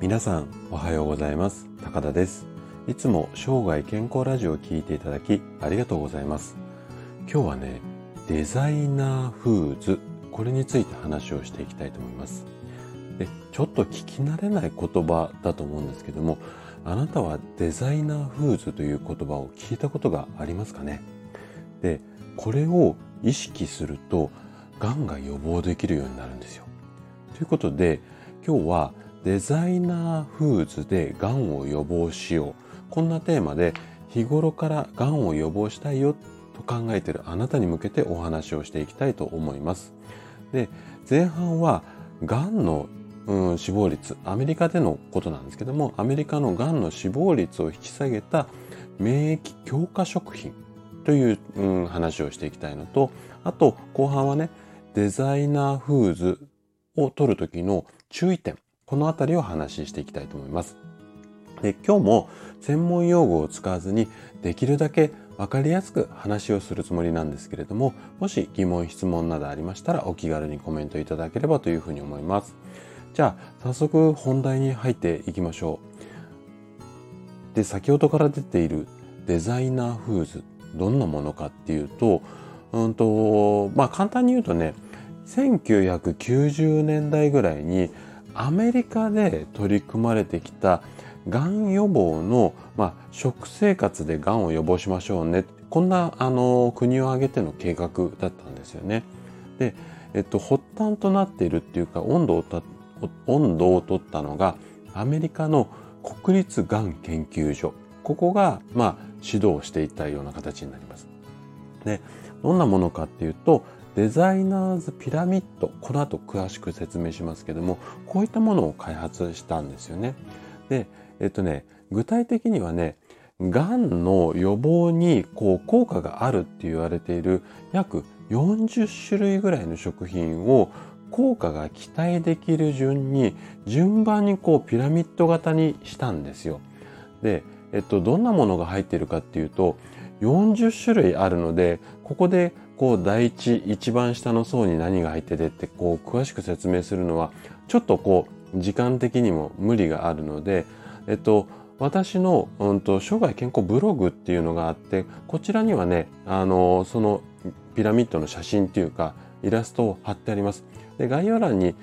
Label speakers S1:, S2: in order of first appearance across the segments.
S1: 皆さんおはようございます。高田です。いつも生涯健康ラジオを聞いていただきありがとうございます。今日はね、デザイナーフーズ、これについて話をしていきたいと思います。で、ちょっと聞き慣れない言葉だと思うんですけども、あなたはデザイナーフーズという言葉を聞いたことがありますかね。で、これを意識すると、がんが予防できるようになるんですよ。ということで、今日はデザイナーフーズでがんを予防しよう。こんなテーマで日頃からがんを予防したいよと考えているあなたに向けてお話をしていきたいと思います。で、前半はがんの死亡率、アメリカでのことなんですけども、アメリカのがんの死亡率を引き下げた免疫強化食品という、話をしていきたいのと、あと後半はね、デザイナーフーズを取る時の注意点、このあたりを話していきたいと思います。で、今日も専門用語を使わずにできるだけわかりやすく話をするつもりなんですけれども、もし疑問質問などありましたらお気軽にコメントいただければというふうに思います。じゃあ早速本題に入っていきましょう。で、先ほどから出ているデザイナーフーズ、どんなものかっていうと、簡単に言うとね、1990年代ぐらいにアメリカで取り組まれてきたがん予防の、食生活でがんを予防しましょうね。こんな国を挙げての計画だったんですよね。で、発端となっているっていうか温度を取ったのがアメリカの国立がん研究所。ここが指導していたような形になります。で、どんなものかっていうと、デザイナーズピラミッド、この後詳しく説明しますけども、こういったものを開発したんですよね。で、具体的にはね、がんの予防に効果があるって言われている約40種類ぐらいの食品を効果が期待できる順番にピラミッド型にしたんですよ。で、どんなものが入っているかっていうと、40種類あるので、ここで一番下の層に何が入っててって詳しく説明するのはちょっと時間的にも無理があるので、私の、生涯健康ブログっていうのがあって、こちらにはね、そのピラミッドの写真っていうかイラストを貼ってあります。で、概要欄に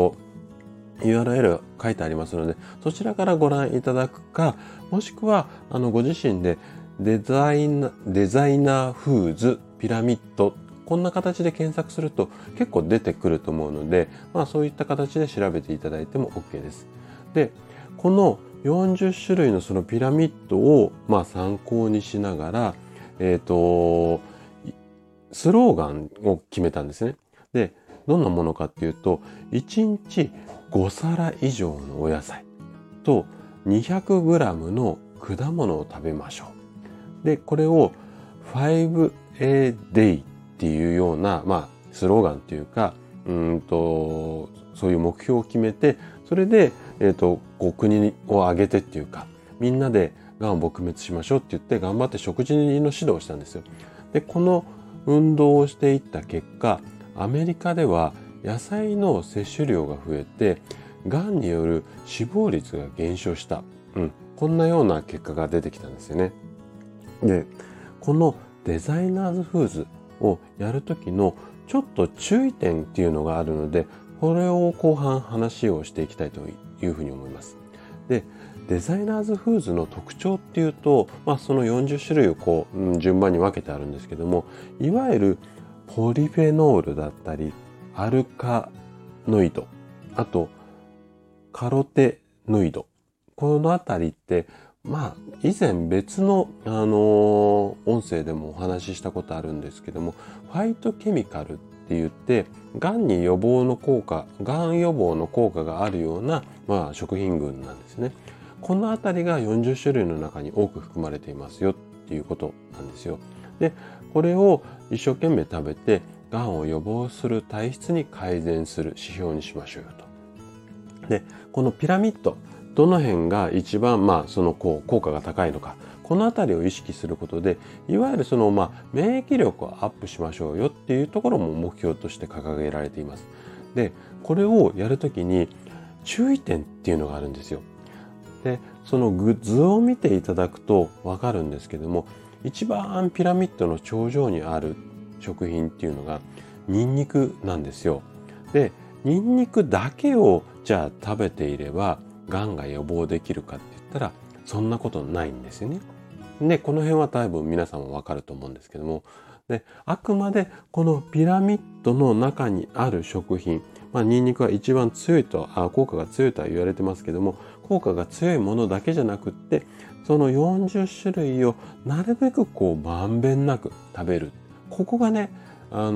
S1: URL 書いてありますので、そちらからご覧いただくか、もしくはご自身でデザイナーフーズピラミッド、こんな形で検索すると結構出てくると思うので、そういった形で調べていただいても OK です。で、この40種類のそのピラミッドを参考にしながら、スローガンを決めたんですね。で、どんなものかっていうと、1日5皿以上のお野菜と 200g の果物を食べましょう。で、これを 5A day っていうような、スローガンっていうか、そういう目標を決めて、それで、国を挙げてっていうか、みんなでがんを撲滅しましょうって言って頑張って食事の指導をしたんですよ。で、この運動をしていった結果、アメリカでは野菜の摂取量が増えて、がんによる死亡率が減少した。こんなような結果が出てきたんですよね。で、このデザイナーズフーズをやるときのちょっと注意点っていうのがあるので、これを後半話をしていきたいというふうに思います。で、デザイナーズフーズの特徴っていうと、その40種類を順番に分けてあるんですけども、いわゆるポリフェノールだったり、アルカノイド、あとカロテノイド、このあたりって以前別の、音声でもお話ししたことあるんですけども、ファイトケミカルって言って、がん予防の効果があるような、食品群なんですね。このあたりが40種類の中に多く含まれていますよっていうことなんですよ。で、これを一生懸命食べて、がんを予防する体質に改善する指標にしましょうよと。で、このピラミッド、どの辺が一番その効果が高いのか、このあたりを意識することで、いわゆるその免疫力をアップしましょうよっていうところも目標として掲げられています。で、これをやるときに注意点っていうのがあるんですよ。で、その図を見ていただくとわかるんですけども、一番ピラミッドの頂上にある食品っていうのがニンニクなんですよ。で、ニンニクだけをじゃあ食べていればがんが予防できるかって言ったらそんなことないんですよね。で、この辺は多分皆さんもわかると思うんですけども、で、あくまでこのピラミッドの中にある食品、ニンニクは一番強いと、効果が強いとは言われてますけども、効果が強いものだけじゃなくって、その40種類をなるべくまんべんなく食べる。ここがね、今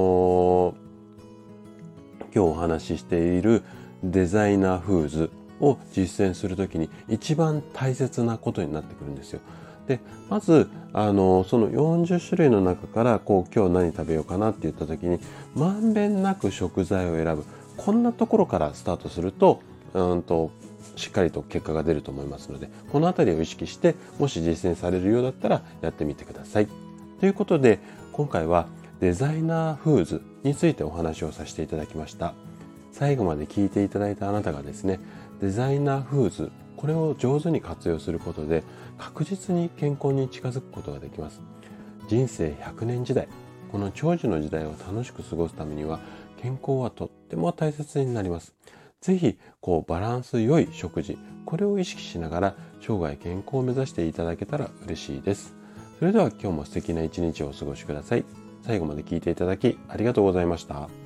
S1: 日お話ししているデザイナーフーズを実践するときに一番大切なことになってくるんですよ。で、まず、その40種類の中から、今日何食べようかなって言った時に、まんべんなく食材を選ぶ。こんなところからスタートすると、しっかりと結果が出ると思いますので、このあたりを意識して、もし実践されるようだったらやってみてください。ということで、今回はデザイナーフーズについてお話をさせていただきました。最後まで聞いていただいたあなたがですね、デザイナーフーズ、これを上手に活用することで確実に健康に近づくことができます。人生100年時代、この長寿の時代を楽しく過ごすためには健康はとっても大切になります。ぜひバランス良い食事、これを意識しながら生涯健康を目指していただけたら嬉しいです。それでは今日も素敵な一日をお過ごしください。最後まで聞いていただきありがとうございました。